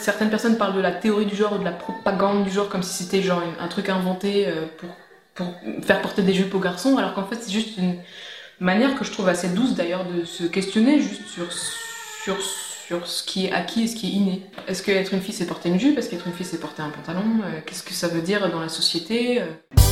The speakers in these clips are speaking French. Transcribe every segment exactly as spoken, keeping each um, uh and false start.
Certaines personnes parlent de la théorie du genre ou de la propagande du genre comme si c'était genre un truc inventé pour, pour faire porter des jupes aux garçons, alors qu'en fait c'est juste une manière que je trouve assez douce d'ailleurs de se questionner juste sur, sur, sur ce qui est acquis et ce qui est inné. Est-ce qu'être une fille c'est porter une jupe? Est-ce qu'être une fille c'est porter un pantalon? Qu'est-ce que ça veut dire dans la société?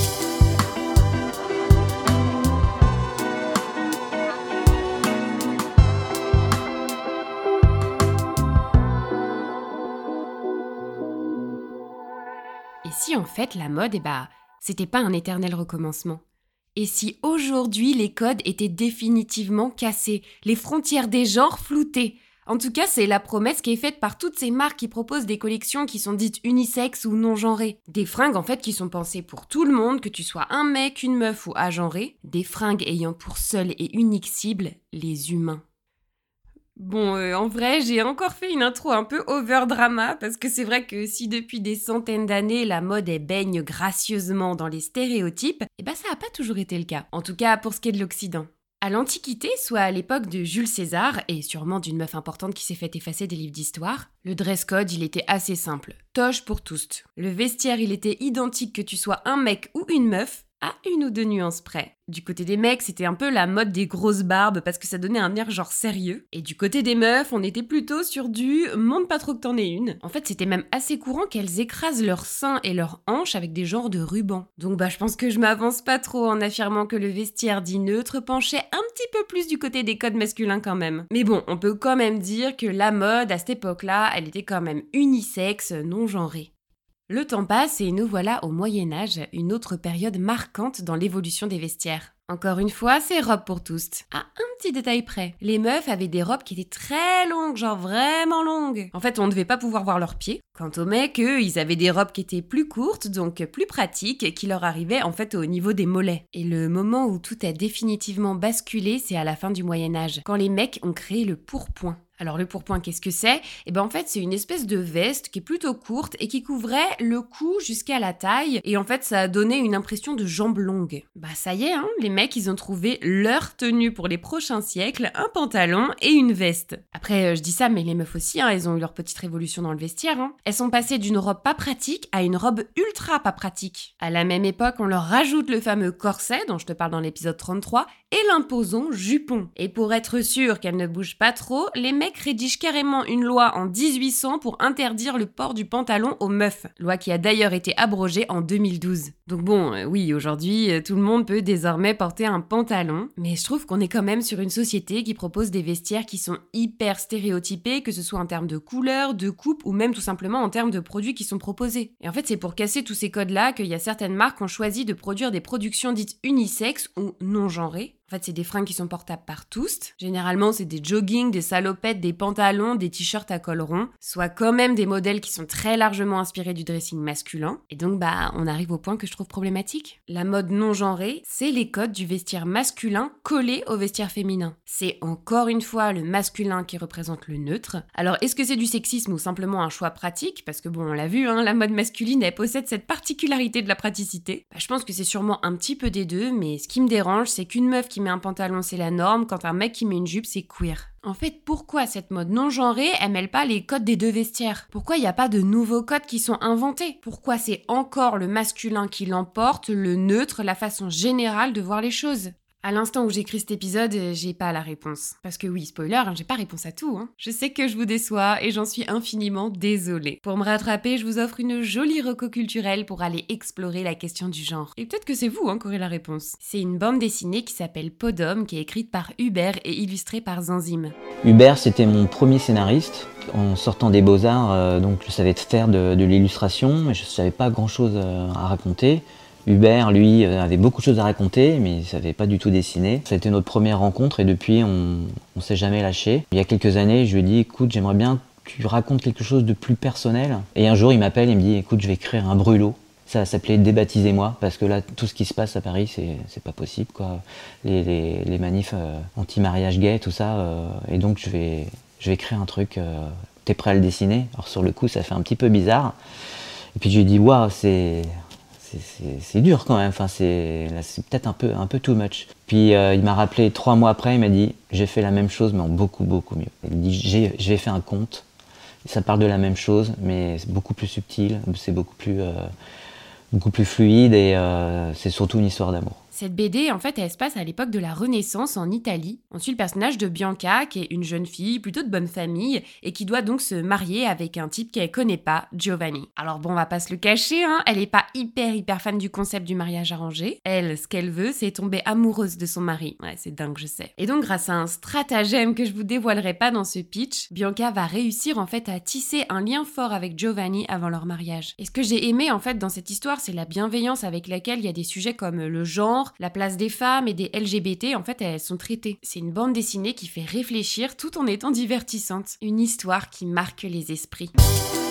Et si en fait la mode, eh bah, c'était pas un éternel recommencement? Et si aujourd'hui les codes étaient définitivement cassés, les frontières des genres floutées? En tout cas, c'est la promesse qui est faite par toutes ces marques qui proposent des collections qui sont dites unisexes ou non genrées. Des fringues en fait qui sont pensées pour tout le monde, que tu sois un mec, une meuf ou agenré. Des fringues ayant pour seule et unique cible les humains. Bon, euh, en vrai, j'ai encore fait une intro un peu over-drama, parce que c'est vrai que si depuis des centaines d'années, la mode elle baigne gracieusement dans les stéréotypes, eh ben ça n'a pas toujours été le cas. En tout cas, pour ce qui est de l'Occident. À l'Antiquité, soit à l'époque de Jules César, et sûrement d'une meuf importante qui s'est fait effacer des livres d'histoire, le dress code, il était assez simple. Toge pour tous. Le vestiaire, il était identique que tu sois un mec ou une meuf, à une ou deux nuances près. Du côté des mecs, c'était un peu la mode des grosses barbes parce que ça donnait un air genre sérieux. Et du côté des meufs, on était plutôt sur du « montre pas trop que t'en aies une ». En fait, c'était même assez courant qu'elles écrasent leurs seins et leurs hanches avec des genres de rubans. Donc bah, je pense que je m'avance pas trop en affirmant que le vestiaire dit neutre penchait un petit peu plus du côté des codes masculins quand même. Mais bon, on peut quand même dire que la mode, à cette époque-là, elle était quand même unisexe, non genrée. Le temps passe et nous voilà au Moyen-Âge, une autre période marquante dans l'évolution des vestiaires. Encore une fois, c'est robe pour tous. À un petit détail près, les meufs avaient des robes qui étaient très longues, genre vraiment longues. En fait, on ne devait pas pouvoir voir leurs pieds. Quant aux mecs, eux, ils avaient des robes qui étaient plus courtes, donc plus pratiques, qui leur arrivaient en fait au niveau des mollets. Et le moment où tout a définitivement basculé, c'est à la fin du Moyen-Âge, quand les mecs ont créé le pourpoint. Alors le pourpoint, qu'est-ce que c'est? Eh ben en fait, c'est une espèce de veste qui est plutôt courte et qui couvrait le cou jusqu'à la taille. Et en fait, ça a donné une impression de jambes longues. Bah ça y est, hein, les mecs, ils ont trouvé leur tenue pour les prochains siècles, un pantalon et une veste. Après, euh, je dis ça, mais les meufs aussi, hein, elles ont eu leur petite révolution dans le vestiaire. Hein. Elles sont passées d'une robe pas pratique à une robe ultra pas pratique. À la même époque, on leur rajoute le fameux corset, dont je te parle dans l'épisode trente-trois, et l'imposant jupon. Et pour être sûr qu'elle ne bouge pas trop, les mecs rédige carrément une loi en dix-huit cents pour interdire le port du pantalon aux meufs. Loi qui a d'ailleurs été abrogée en deux mille douze. Donc bon, euh, oui, aujourd'hui, euh, tout le monde peut désormais porter un pantalon, mais je trouve qu'on est quand même sur une société qui propose des vestiaires qui sont hyper stéréotypés, que ce soit en termes de couleur, de coupe, ou même tout simplement en termes de produits qui sont proposés. Et en fait, c'est pour casser tous ces codes-là qu'il y a certaines marques qui ont choisi de produire des productions dites unisexes ou non genrées. En fait, c'est des fringues qui sont portables par tous. Généralement, c'est des joggings, des salopettes, des pantalons, des t-shirts à col rond, soit quand même des modèles qui sont très largement inspirés du dressing masculin. Et donc, bah, on arrive au point que je trouve problématique. La mode non genrée, c'est les codes du vestiaire masculin collés au vestiaire féminin. C'est encore une fois le masculin qui représente le neutre. Alors, est-ce que c'est du sexisme ou simplement un choix pratique? Parce que bon, on l'a vu, hein, la mode masculine, elle possède cette particularité de la praticité. Bah, je pense que c'est sûrement un petit peu des deux, mais ce qui me dérange, c'est qu'une meuf qui met un pantalon, c'est la norme, quand un mec qui met une jupe, c'est queer. En fait, pourquoi cette mode non genrée, elle mêle pas les codes des deux vestiaires? Pourquoi il n'y a pas de nouveaux codes qui sont inventés? Pourquoi c'est encore le masculin qui l'emporte, le neutre, la façon générale de voir les choses? À l'instant où j'écris cet épisode, j'ai pas la réponse. Parce que oui, spoiler, hein, j'ai pas réponse à tout. Hein. Je sais que je vous déçois et j'en suis infiniment désolée. Pour me rattraper, je vous offre une jolie reco culturelle pour aller explorer la question du genre. Et peut-être que c'est vous hein, qui aurez la réponse. C'est une bande dessinée qui s'appelle Podum, qui est écrite par Hubert et illustrée par Zanzim. Hubert, c'était mon premier scénariste. En sortant des Beaux-Arts, euh, donc je savais faire de, de l'illustration, mais je savais pas grand-chose à raconter. Hubert, lui, avait beaucoup de choses à raconter, mais il ne savait pas du tout dessiner. Ça a été notre première rencontre et depuis, on ne s'est jamais lâché. Il y a quelques années, je lui ai dit, écoute, j'aimerais bien que tu racontes quelque chose de plus personnel. Et un jour, il m'appelle et me dit, écoute, je vais écrire un brûlot. Ça s'appelait Débaptisez-moi, parce que là, tout ce qui se passe à Paris, c'est, c'est pas possible, quoi. Les, les, les manifs euh, anti-mariage gay, tout ça. Euh, et donc, je vais, je vais écrire un truc. Euh, T'es prêt à le dessiner? Alors, sur le coup, ça fait un petit peu bizarre. Et puis, je lui ai dit, waouh, c'est... C'est, c'est, c'est dur quand même, enfin, c'est, là, c'est peut-être un peu, un peu too much. Puis euh, il m'a rappelé trois mois après, il m'a dit j'ai fait la même chose mais en beaucoup beaucoup mieux. Il me dit j'ai, j'ai fait un conte, ça parle de la même chose, mais c'est beaucoup plus subtil, c'est beaucoup plus, euh, beaucoup plus fluide et euh, c'est surtout une histoire d'amour. Cette B D, en fait, elle se passe à l'époque de la Renaissance en Italie. On suit le personnage de Bianca, qui est une jeune fille plutôt de bonne famille et qui doit donc se marier avec un type qu'elle connaît pas, Giovanni. Alors bon, on va pas se le cacher, hein, elle est pas hyper hyper fan du concept du mariage arrangé. Elle, ce qu'elle veut, c'est tomber amoureuse de son mari. Ouais, c'est dingue, je sais. Et donc, grâce à un stratagème que je vous dévoilerai pas dans ce pitch, Bianca va réussir en fait à tisser un lien fort avec Giovanni avant leur mariage. Et ce que j'ai aimé en fait dans cette histoire, c'est la bienveillance avec laquelle il y a des sujets comme le genre, la place des femmes et des L G B T, en fait, elles sont traitées. C'est une bande dessinée qui fait réfléchir tout en étant divertissante. Une histoire qui marque les esprits.